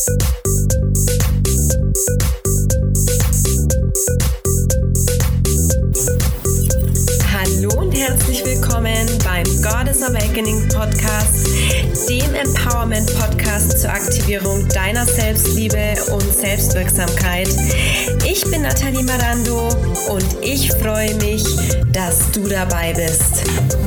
Hallo und herzlich willkommen beim Goddess Awakening Podcast, dem Empowerment-Podcast zur Aktivierung deiner Selbstliebe und Selbstwirksamkeit. Ich bin Nathalie Marando und ich freue mich, dass du dabei bist.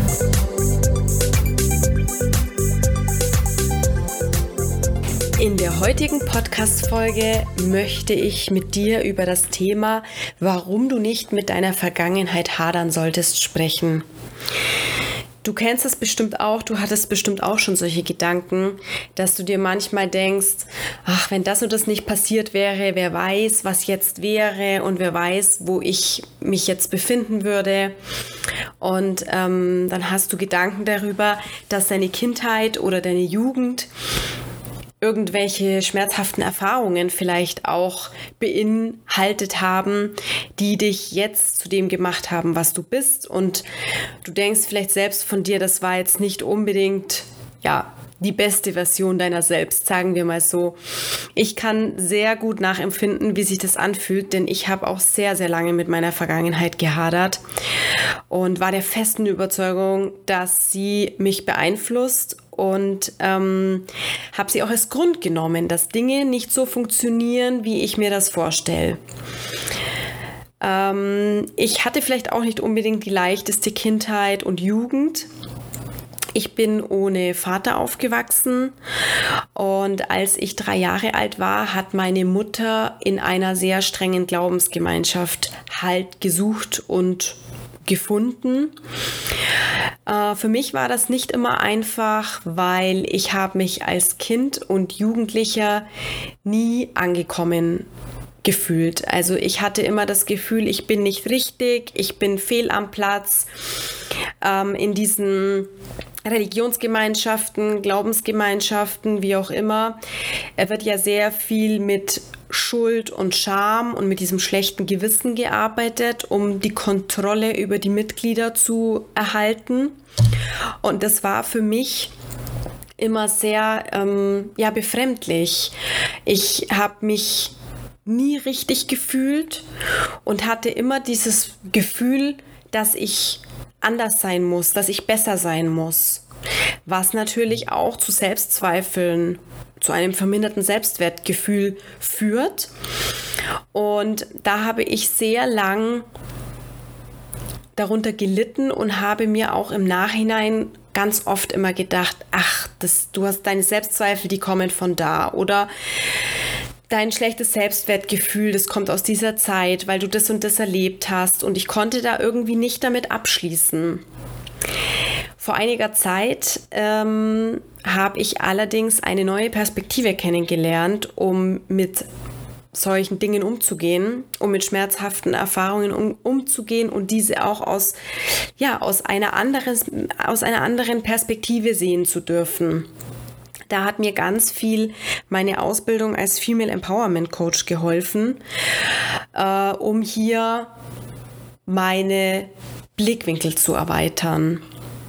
In der heutigen Podcast-Folge möchte ich mit dir über das Thema, warum du nicht mit deiner Vergangenheit hadern solltest, sprechen. Du kennst es bestimmt auch, du hattest bestimmt auch schon solche Gedanken, dass du dir manchmal denkst, ach, wenn das und das nicht passiert wäre, wer weiß, was jetzt wäre und wer weiß, wo ich mich jetzt befinden würde. Und dann hast du Gedanken darüber, dass deine Kindheit oder deine Jugend irgendwelche schmerzhaften Erfahrungen vielleicht auch beinhaltet haben, die dich jetzt zu dem gemacht haben, was du bist. Und du denkst vielleicht selbst von dir, das war jetzt nicht unbedingt, die beste Version deiner selbst, sagen wir mal so. Ich kann sehr gut nachempfinden, wie sich das anfühlt, denn ich habe auch sehr, sehr lange mit meiner Vergangenheit gehadert und war der festen Überzeugung, dass sie mich beeinflusst und habe sie auch als Grund genommen, dass Dinge nicht so funktionieren, wie ich mir das vorstelle. Ich hatte vielleicht auch nicht unbedingt die leichteste Kindheit und Jugend. Ich bin ohne Vater aufgewachsen und als ich 3 Jahre alt war, hat meine Mutter in einer sehr strengen Glaubensgemeinschaft Halt gesucht und gefunden. Für mich war das nicht immer einfach, weil ich habe mich als Kind und Jugendlicher nie angekommen gefühlt. Also ich hatte immer das Gefühl, ich bin nicht richtig, ich bin fehl am Platz. In diesen Religionsgemeinschaften, Glaubensgemeinschaften, wie auch immer, wird ja sehr viel mit Schuld und Scham und mit diesem schlechten Gewissen gearbeitet, um die Kontrolle über die Mitglieder zu erhalten. Und das war für mich immer sehr befremdlich. Ich habe mich nie richtig gefühlt und hatte immer dieses Gefühl, dass ich anders sein muss, dass ich besser sein muss. Was natürlich auch zu Selbstzweifeln, zu einem verminderten Selbstwertgefühl führt. Und da habe ich sehr lang darunter gelitten und habe mir auch im Nachhinein ganz oft immer gedacht, du hast deine Selbstzweifel, die kommen von da. Oder dein schlechtes Selbstwertgefühl, das kommt aus dieser Zeit, weil du das und das erlebt hast. Und ich konnte da irgendwie nicht damit abschließen. Vor einiger Zeit habe ich allerdings eine neue Perspektive kennengelernt, um mit solchen Dingen umzugehen, um mit schmerzhaften Erfahrungen umzugehen und diese auch aus einer anderen Perspektive sehen zu dürfen. Da hat mir ganz viel meine Ausbildung als Female Empowerment Coach geholfen, um hier meine Blickwinkel zu erweitern.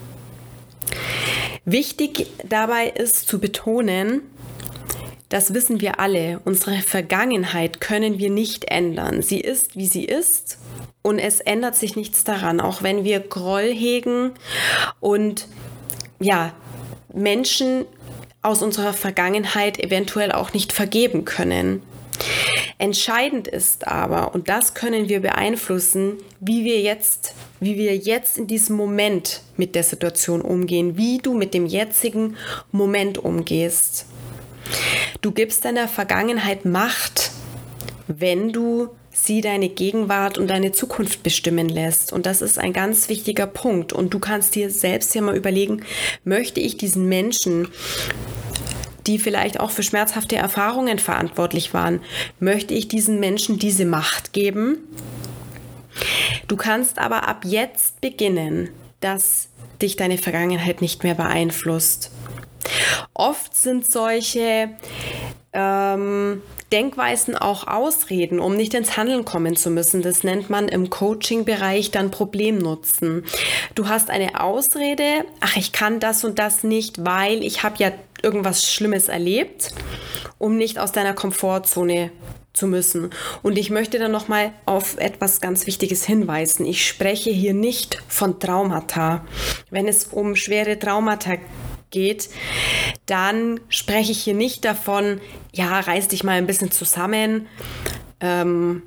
Wichtig dabei ist zu betonen, das wissen wir alle, unsere Vergangenheit können wir nicht ändern. Sie ist, wie sie ist und es ändert sich nichts daran, auch wenn wir Groll hegen und Menschen aus unserer Vergangenheit eventuell auch nicht vergeben können. Entscheidend ist aber, und das können wir beeinflussen, wie wir jetzt in diesem Moment mit der Situation umgehen, wie du mit dem jetzigen Moment umgehst. Du gibst deiner Vergangenheit Macht, wenn du sie deine Gegenwart und deine Zukunft bestimmen lässt. Und das ist ein ganz wichtiger Punkt. Und du kannst dir selbst ja mal überlegen, möchte ich diesen Menschen, die vielleicht auch für schmerzhafte Erfahrungen verantwortlich waren, möchte ich diesen Menschen diese Macht geben? Du kannst aber ab jetzt beginnen, dass dich deine Vergangenheit nicht mehr beeinflusst. Oft sind solche Denkweisen auch Ausreden, um nicht ins Handeln kommen zu müssen. Das nennt man im Coaching-Bereich dann Problemnutzen. Du hast eine Ausrede, ich kann das und das nicht, weil ich habe ja irgendwas Schlimmes erlebt. um nicht aus deiner Komfortzone zu müssen. Und ich möchte dann nochmal auf etwas ganz Wichtiges hinweisen. Ich spreche hier nicht von Traumata. Wenn es um schwere Traumata geht, dann spreche ich hier nicht davon, ja, reiß dich mal ein bisschen zusammen, und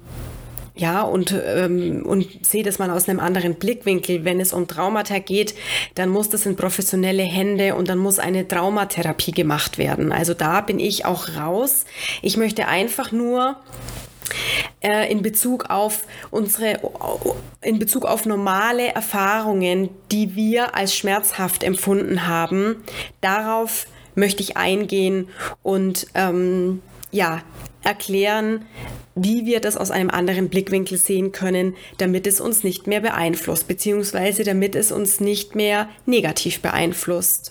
sehe das mal aus einem anderen Blickwinkel. Wenn es um Traumata geht, dann muss das in professionelle Hände und dann muss eine Traumatherapie gemacht werden. Also da bin ich auch raus. Ich möchte einfach nur in Bezug auf normale Erfahrungen, die wir als schmerzhaft empfunden haben, darauf möchte ich eingehen und erklären, wie wir das aus einem anderen Blickwinkel sehen können, damit es uns nicht mehr beeinflusst, beziehungsweise damit es uns nicht mehr negativ beeinflusst.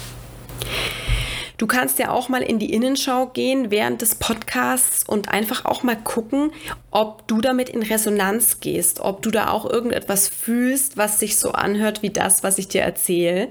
Du kannst ja auch mal in die Innenschau gehen während des Podcasts und einfach auch mal gucken, ob du damit in Resonanz gehst, ob du da auch irgendetwas fühlst, was sich so anhört wie das, was ich dir erzähle.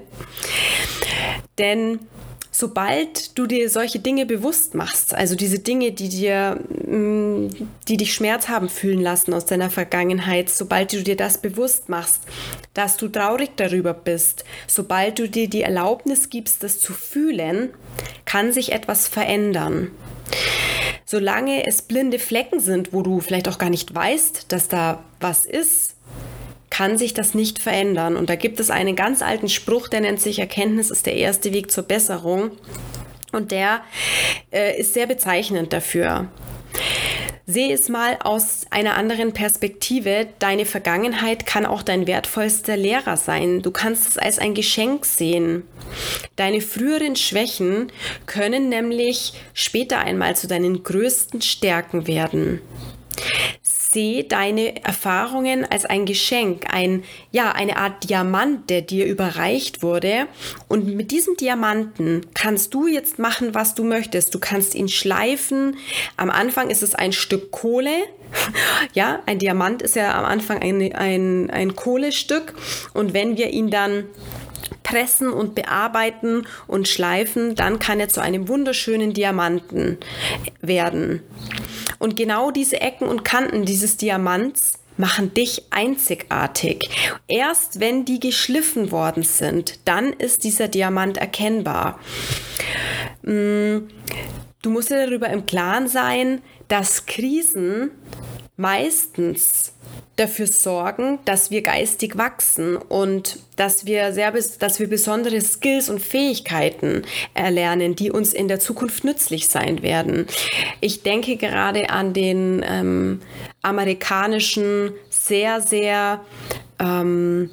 Denn sobald du dir solche Dinge bewusst machst, also diese Dinge, die dich Schmerz haben fühlen lassen aus deiner Vergangenheit, sobald du dir das bewusst machst, dass du traurig darüber bist, sobald du dir die Erlaubnis gibst, das zu fühlen, kann sich etwas verändern. Solange es blinde Flecken sind, wo du vielleicht auch gar nicht weißt, dass da was ist, kann sich das nicht verändern. Und da gibt es einen ganz alten Spruch, der nennt sich: Erkenntnis ist der erste Weg zur Besserung. Und der ist sehr bezeichnend dafür. Sehe es mal aus einer anderen Perspektive. Deine Vergangenheit kann auch dein wertvollster Lehrer sein. Du kannst es als ein Geschenk sehen. Deine früheren Schwächen können nämlich später einmal zu deinen größten Stärken werden. Sehe deine Erfahrungen als ein Geschenk, eine Art Diamant, der dir überreicht wurde. Und mit diesem Diamanten kannst du jetzt machen, was du möchtest. Du kannst ihn schleifen. Am Anfang ist es ein Stück Kohle. Ja, ein Diamant ist ja am Anfang ein Kohlestück. Und wenn wir ihn dann pressen und bearbeiten und schleifen, dann kann er zu einem wunderschönen Diamanten werden. Und genau diese Ecken und Kanten dieses Diamants machen dich einzigartig. Erst wenn die geschliffen worden sind, dann ist dieser Diamant erkennbar. Du musst dir darüber im Klaren sein, dass Krisen meistens dafür sorgen, dass wir geistig wachsen und dass wir besondere Skills und Fähigkeiten erlernen, die uns in der Zukunft nützlich sein werden. Ich denke gerade an den amerikanischen, sehr, sehr einen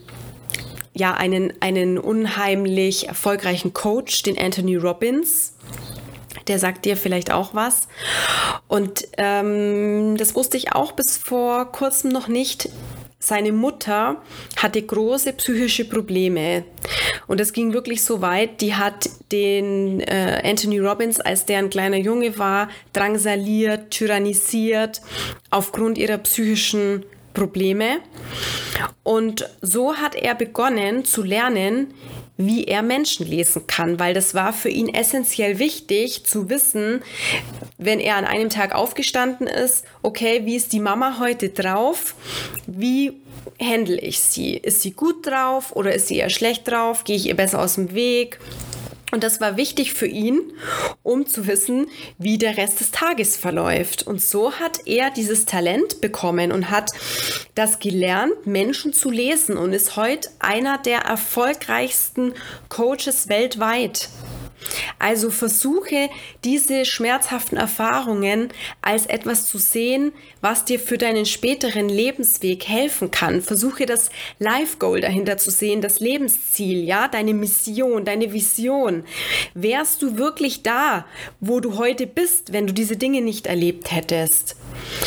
unheimlich erfolgreichen Coach, den Anthony Robbins. Der sagt dir vielleicht auch was. Und das wusste ich auch bis vor kurzem noch nicht. Seine Mutter hatte große psychische Probleme. Und es ging wirklich so weit, die hat den Anthony Robbins, als der ein kleiner Junge war, drangsaliert, tyrannisiert aufgrund ihrer psychischen Probleme. Und so hat er begonnen zu lernen, wie er Menschen lesen kann, weil das war für ihn essentiell wichtig zu wissen, wenn er an einem Tag aufgestanden ist, okay, wie ist die Mama heute drauf? Wie handle ich sie? Ist sie gut drauf oder ist sie eher schlecht drauf? Gehe ich ihr besser aus dem Weg? Und das war wichtig für ihn, um zu wissen, wie der Rest des Tages verläuft. Und so hat er dieses Talent bekommen und hat das gelernt, Menschen zu lesen und ist heute einer der erfolgreichsten Coaches weltweit. Also versuche, diese schmerzhaften Erfahrungen als etwas zu sehen, was dir für deinen späteren Lebensweg helfen kann. Versuche das Life Goal dahinter zu sehen, das Lebensziel, ja, deine Mission, deine Vision. Wärst du wirklich da, wo du heute bist, wenn du diese Dinge nicht erlebt hättest?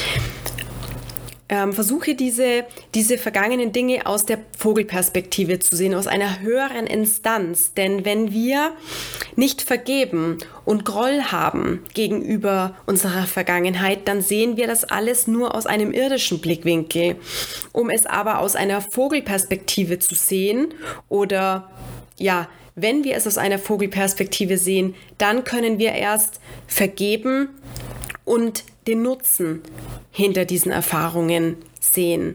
Versuche diese vergangenen Dinge aus der Vogelperspektive zu sehen, aus einer höheren Instanz. Denn wenn wir nicht vergeben und Groll haben gegenüber unserer Vergangenheit, dann sehen wir das alles nur aus einem irdischen Blickwinkel. Um es aber aus einer Vogelperspektive zu sehen oder wenn wir es aus einer Vogelperspektive sehen, dann können wir erst vergeben und den Nutzen hinter diesen Erfahrungen sehen.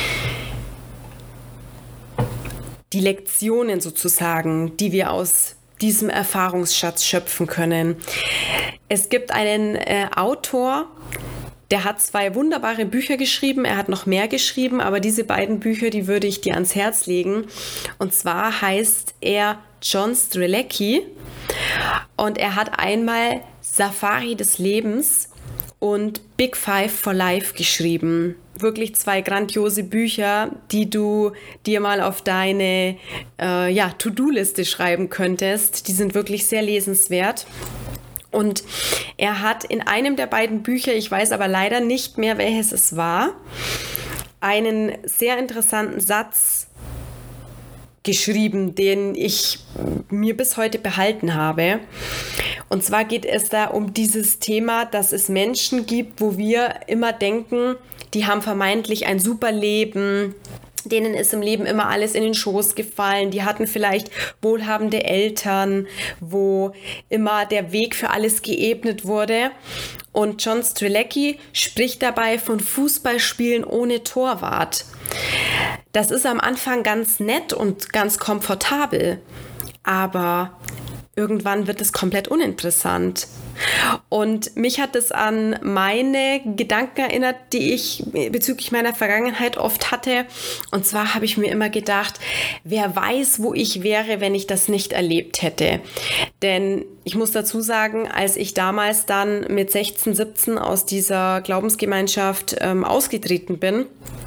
Die Lektionen sozusagen, die wir aus diesem Erfahrungsschatz schöpfen können. Es gibt einen Autor, der hat 2 wunderbare Bücher geschrieben. Er hat noch mehr geschrieben, aber diese beiden Bücher, die würde ich dir ans Herz legen. Und zwar heißt er John Strzelecki und er hat einmal Safari des Lebens und Big Five for Life geschrieben. Wirklich 2 grandiose Bücher, die du dir mal auf deine To-Do-Liste schreiben könntest. Die sind wirklich sehr lesenswert. Und er hat in einem der beiden Bücher, ich weiß aber leider nicht mehr, welches es war, einen sehr interessanten Satz geschrieben, den ich mir bis heute behalten habe. Und zwar geht es da um dieses Thema, dass es Menschen gibt, wo wir immer denken, die haben vermeintlich ein super Leben, denen ist im Leben immer alles in den Schoß gefallen. Die hatten vielleicht wohlhabende Eltern, wo immer der Weg für alles geebnet wurde. Und John Strzelecki spricht dabei von Fußballspielen ohne Torwart. Das ist am Anfang ganz nett und ganz komfortabel, aber irgendwann wird es komplett uninteressant. Und mich hat es an meine Gedanken erinnert, die ich bezüglich meiner Vergangenheit oft hatte. Und zwar habe ich mir immer gedacht, wer weiß, wo ich wäre, wenn ich das nicht erlebt hätte. Denn ich muss dazu sagen, als ich damals dann mit 16, 17 aus dieser Glaubensgemeinschaft ausgetreten bin,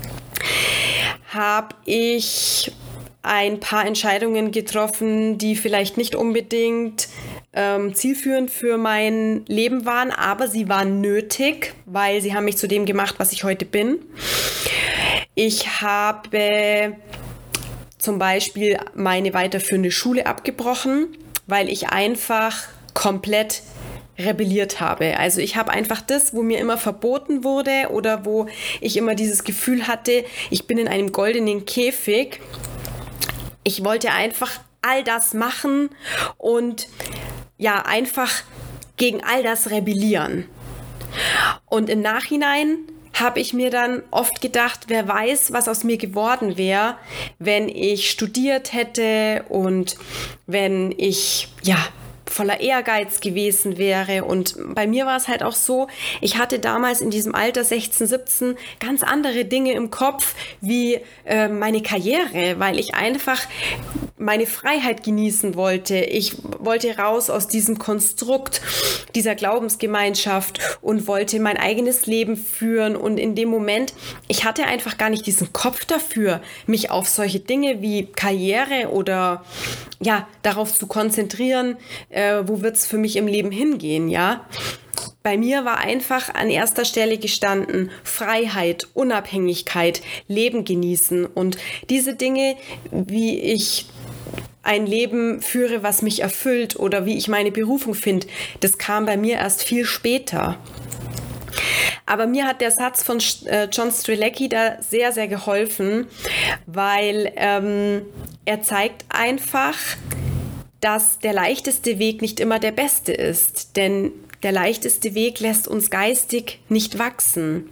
habe ich ein paar Entscheidungen getroffen, die vielleicht nicht unbedingt zielführend für mein Leben waren, aber sie waren nötig, weil sie haben mich zu dem gemacht, was ich heute bin. Ich habe zum Beispiel meine weiterführende Schule abgebrochen, weil ich einfach komplett rebelliert habe. Also ich habe einfach das, wo mir immer verboten wurde oder wo ich immer dieses Gefühl hatte, ich bin in einem goldenen Käfig. Ich wollte einfach all das machen und ja, einfach gegen all das rebellieren. Und im Nachhinein habe ich mir dann oft gedacht, wer weiß, was aus mir geworden wäre, wenn ich studiert hätte und wenn ich, voller Ehrgeiz gewesen wäre. Und bei mir war es halt auch so, ich hatte damals in diesem Alter 16, 17 ganz andere Dinge im Kopf wie meine Karriere, weil ich einfach meine Freiheit genießen wollte. Ich wollte raus aus diesem Konstrukt dieser Glaubensgemeinschaft und wollte mein eigenes Leben führen. Und in dem Moment, ich hatte einfach gar nicht diesen Kopf dafür, mich auf solche Dinge wie Karriere oder darauf zu konzentrieren, wo wird es für mich im Leben hingehen, ja? Bei mir war einfach an erster Stelle gestanden Freiheit, Unabhängigkeit, Leben genießen und diese Dinge, wie ich ein Leben führe, was mich erfüllt oder wie ich meine Berufung finde, das kam bei mir erst viel später. Aber mir hat der Satz von John Strzelecki da sehr, sehr geholfen, weil er zeigt einfach, dass der leichteste Weg nicht immer der beste ist, denn der leichteste Weg lässt uns geistig nicht wachsen.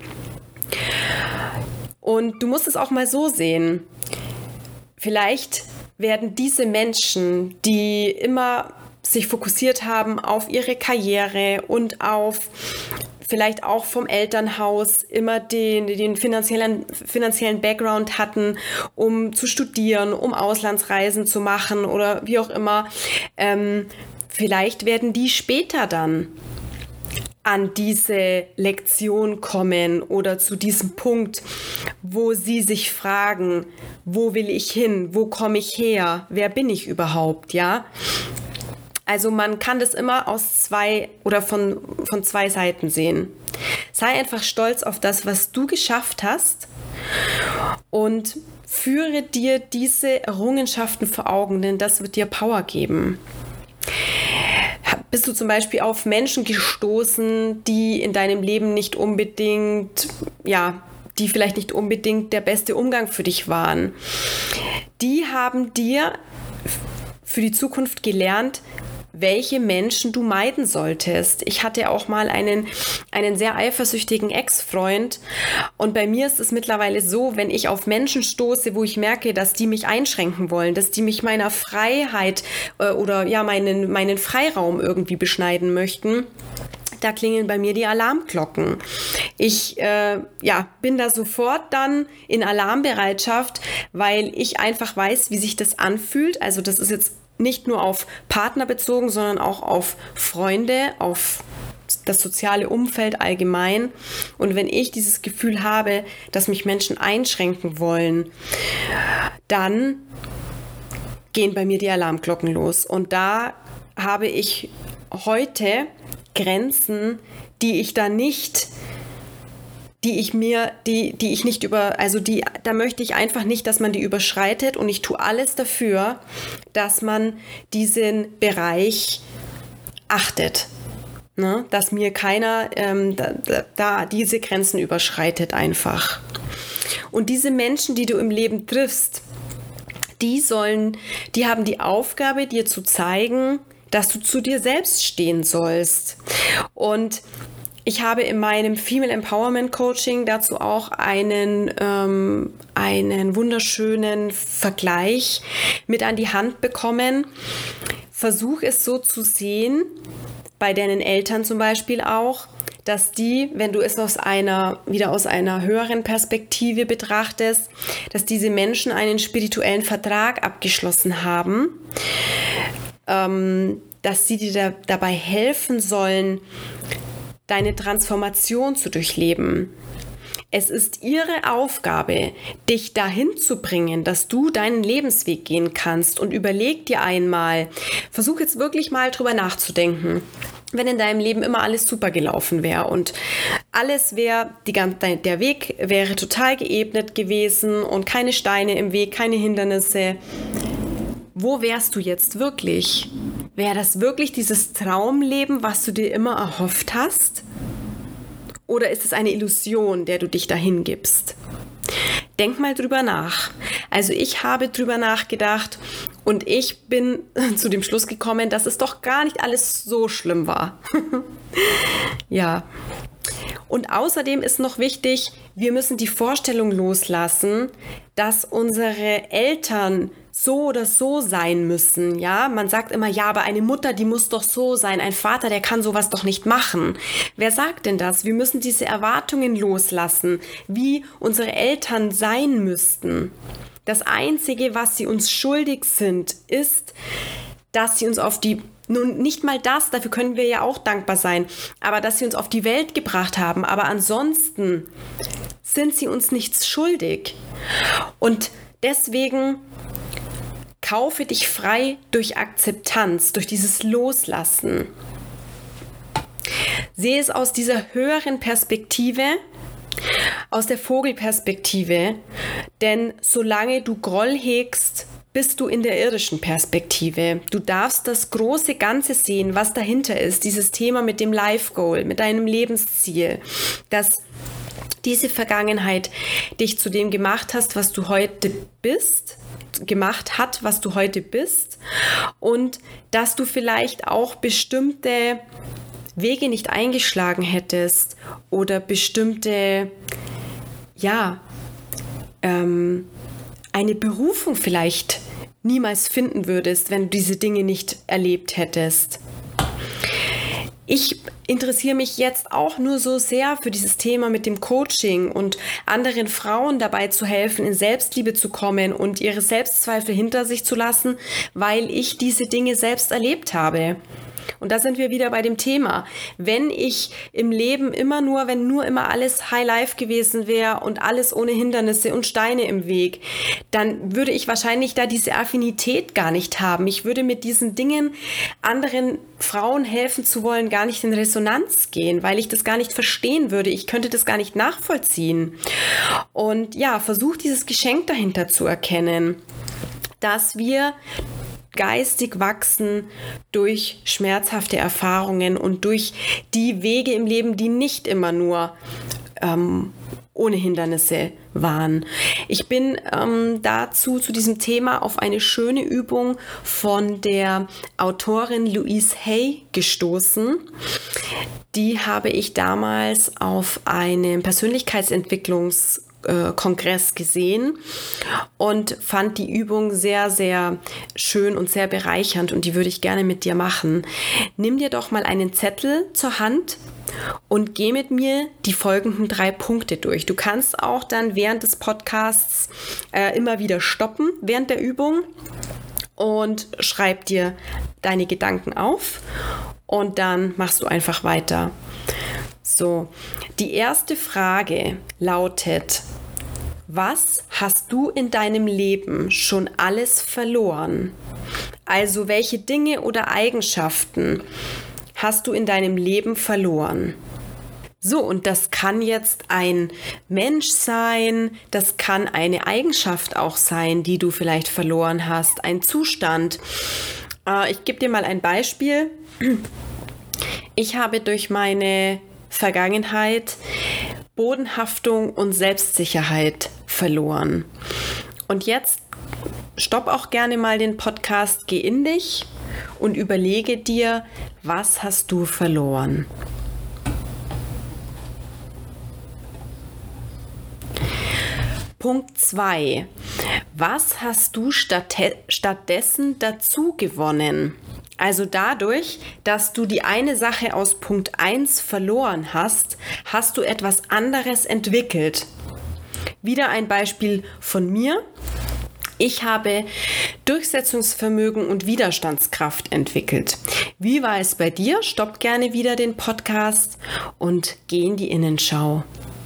Und du musst es auch mal so sehen. Vielleicht werden diese Menschen, die immer sich fokussiert haben auf ihre Karriere und auf vielleicht auch vom Elternhaus immer den finanziellen Background hatten, um zu studieren, um Auslandsreisen zu machen oder wie auch immer. Vielleicht werden die später dann an diese Lektion kommen oder zu diesem Punkt, wo sie sich fragen, wo will ich hin, wo komme ich her, wer bin ich überhaupt, ja? Also man kann das immer aus zwei oder von zwei Seiten sehen. Sei einfach stolz auf das, was du geschafft hast und führe dir diese Errungenschaften vor Augen, denn das wird dir Power geben. Bist du zum Beispiel auf Menschen gestoßen, die in deinem Leben nicht unbedingt, die vielleicht nicht unbedingt der beste Umgang für dich waren? Die haben dir für die Zukunft gelernt, welche Menschen du meiden solltest. Ich hatte auch mal einen sehr eifersüchtigen Ex-Freund und bei mir ist es mittlerweile so, wenn ich auf Menschen stoße, wo ich merke, dass die mich einschränken wollen, dass die mich meiner Freiheit oder ja meinen Freiraum irgendwie beschneiden möchten, da klingeln bei mir die Alarmglocken. Ich bin da sofort dann in Alarmbereitschaft, weil ich einfach weiß, wie sich das anfühlt. Also das ist jetzt nicht nur auf Partner bezogen, sondern auch auf Freunde, auf das soziale Umfeld allgemein. Und wenn ich dieses Gefühl habe, dass mich Menschen einschränken wollen, dann gehen bei mir die Alarmglocken los. Und da habe ich heute Grenzen, da möchte ich einfach nicht, dass man die überschreitet und ich tue alles dafür, dass man diesen Bereich achtet, ne? Dass mir keiner da diese Grenzen überschreitet einfach. Und diese Menschen, die du im Leben triffst, die haben die Aufgabe, dir zu zeigen, dass du zu dir selbst stehen sollst. Und ich habe in meinem Female Empowerment Coaching dazu auch einen wunderschönen Vergleich mit an die Hand bekommen. Versuch es so zu sehen, bei deinen Eltern zum Beispiel auch, dass wenn du es wieder aus einer höheren Perspektive betrachtest, dass diese Menschen einen spirituellen Vertrag abgeschlossen haben, dass sie dir dabei helfen sollen, deine Transformation zu durchleben. Es ist ihre Aufgabe, dich dahin zu bringen, dass du deinen Lebensweg gehen kannst. Und überleg dir einmal, versuch jetzt wirklich mal drüber nachzudenken, wenn in deinem Leben immer alles super gelaufen wäre und der Weg wäre total geebnet gewesen und keine Steine im Weg, keine Hindernisse. Wo wärst du jetzt wirklich? Wäre das wirklich dieses Traumleben, was du dir immer erhofft hast? Oder ist es eine Illusion, der du dich dahin gibst? Denk mal drüber nach. Also ich habe drüber nachgedacht und ich bin zu dem Schluss gekommen, dass es doch gar nicht alles so schlimm war. Ja. Und außerdem ist noch wichtig, wir müssen die Vorstellung loslassen, dass unsere Eltern so oder so sein müssen, ja. Man sagt immer, ja, aber eine Mutter, die muss doch so sein. Ein Vater, der kann sowas doch nicht machen. Wer sagt denn das? Wir müssen diese Erwartungen loslassen, wie unsere Eltern sein müssten. Das Einzige, was sie uns schuldig sind, ist, dass sie uns nun nicht mal das, dafür können wir ja auch dankbar sein, aber dass sie uns auf die Welt gebracht haben. Aber ansonsten sind sie uns nichts schuldig. Und deswegen kaufe dich frei durch Akzeptanz, durch dieses Loslassen. Sehe es aus dieser höheren Perspektive, aus der Vogelperspektive, denn solange du Groll hegst, bist du in der irdischen Perspektive. Du darfst das große Ganze sehen, was dahinter ist, dieses Thema mit dem Life Goal, mit deinem Lebensziel, dass diese Vergangenheit dich zu dem gemacht hat, was du heute bist und dass du vielleicht auch bestimmte Wege nicht eingeschlagen hättest oder bestimmte, eine Berufung vielleicht niemals finden würdest, wenn du diese Dinge nicht erlebt hättest. Ich interessiere mich jetzt auch nur so sehr für dieses Thema mit dem Coaching und anderen Frauen dabei zu helfen, in Selbstliebe zu kommen und ihre Selbstzweifel hinter sich zu lassen, weil ich diese Dinge selbst erlebt habe. Und da sind wir wieder bei dem Thema. Wenn ich im Leben wenn nur immer alles High Life gewesen wäre und alles ohne Hindernisse und Steine im Weg, dann würde ich wahrscheinlich da diese Affinität gar nicht haben. Ich würde mit diesen Dingen, anderen Frauen helfen zu wollen, gar nicht in Resonanz gehen, weil ich das gar nicht verstehen würde. Ich könnte das gar nicht nachvollziehen. Und ja, versuch dieses Geschenk dahinter zu erkennen, dass wir geistig wachsen durch schmerzhafte Erfahrungen und durch die Wege im Leben, die nicht immer nur ohne Hindernisse waren. Ich bin zu diesem Thema auf eine schöne Übung von der Autorin Louise Hay gestoßen. Die habe ich damals auf einem Persönlichkeitsentwicklungskongress gesehen und fand die Übung sehr, sehr schön und sehr bereichernd und die würde ich gerne mit dir machen. Nimm dir doch mal einen Zettel zur Hand und geh mit mir die folgenden 3 Punkte durch. Du kannst auch dann während des Podcasts immer wieder stoppen während der Übung und schreib dir deine Gedanken auf und dann machst du einfach weiter. So, die erste Frage lautet: Was hast du in deinem Leben schon alles verloren? Also welche Dinge oder Eigenschaften hast du in deinem Leben verloren? So, und das kann jetzt ein Mensch sein, das kann eine Eigenschaft auch sein, die du vielleicht verloren hast, ein Zustand. Ich gebe dir mal ein Beispiel. Ich habe durch meine Vergangenheit Bodenhaftung und Selbstsicherheit verloren. Und jetzt stopp auch gerne mal den Podcast, geh in dich und überlege dir, was hast du verloren? Punkt 2. Was hast du stattdessen dazu gewonnen? Also dadurch, dass du die eine Sache aus Punkt 1 verloren hast, hast du etwas anderes entwickelt. Wieder ein Beispiel von mir. Ich habe Durchsetzungsvermögen und Widerstandskraft entwickelt. Wie war es bei dir? Stopp gerne wieder den Podcast und geh in die Innenschau.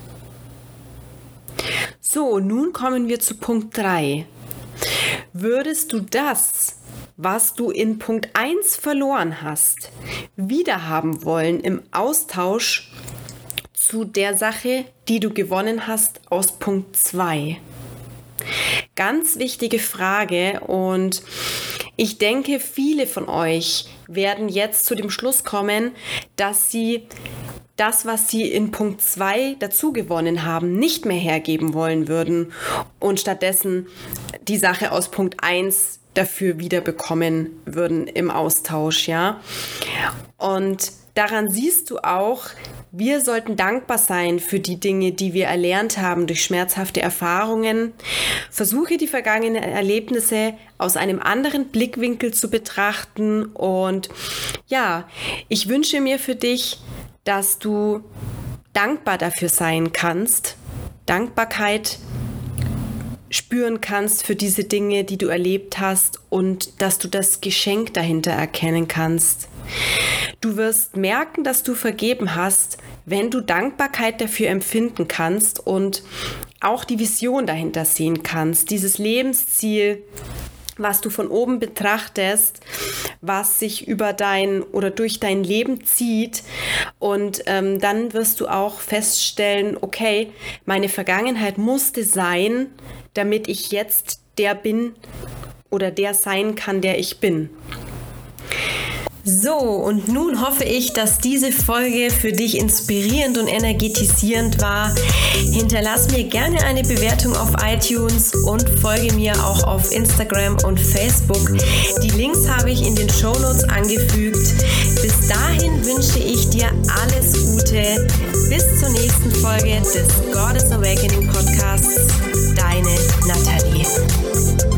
So, nun kommen wir zu Punkt 3. Würdest du das, was du in Punkt 1 verloren hast, wiederhaben wollen im Austausch zu der Sache, die du gewonnen hast aus Punkt 2? Ganz wichtige Frage und ich denke, viele von euch werden jetzt zu dem Schluss kommen, dass sie das, was sie in Punkt 2 dazu gewonnen haben, nicht mehr hergeben wollen würden und stattdessen die Sache aus Punkt 1 dafür wieder bekommen würden im Austausch, ja. Und daran siehst du auch, wir sollten dankbar sein für die Dinge, die wir erlernt haben durch schmerzhafte Erfahrungen. Versuche die vergangenen Erlebnisse aus einem anderen Blickwinkel zu betrachten und ja, ich wünsche mir für dich, dass du dankbar dafür sein kannst, Dankbarkeit spüren kannst für diese Dinge, die du erlebt hast und dass du das Geschenk dahinter erkennen kannst. Du wirst merken, dass du vergeben hast, wenn du Dankbarkeit dafür empfinden kannst und auch die Vision dahinter sehen kannst, dieses Lebensziel, was du von oben betrachtest, was sich über dein oder durch dein Leben zieht und dann wirst du auch feststellen, okay, meine Vergangenheit musste sein, damit ich jetzt der bin oder der sein kann, der ich bin. So, und nun hoffe ich, dass diese Folge für dich inspirierend und energetisierend war. Hinterlass mir gerne eine Bewertung auf iTunes und folge mir auch auf Instagram und Facebook. Die Links habe ich in den Shownotes angefügt. Bis dahin wünsche ich dir alles Gute. Bis zur nächsten Folge des Goddess Awakening Podcasts. Deine Nathalie.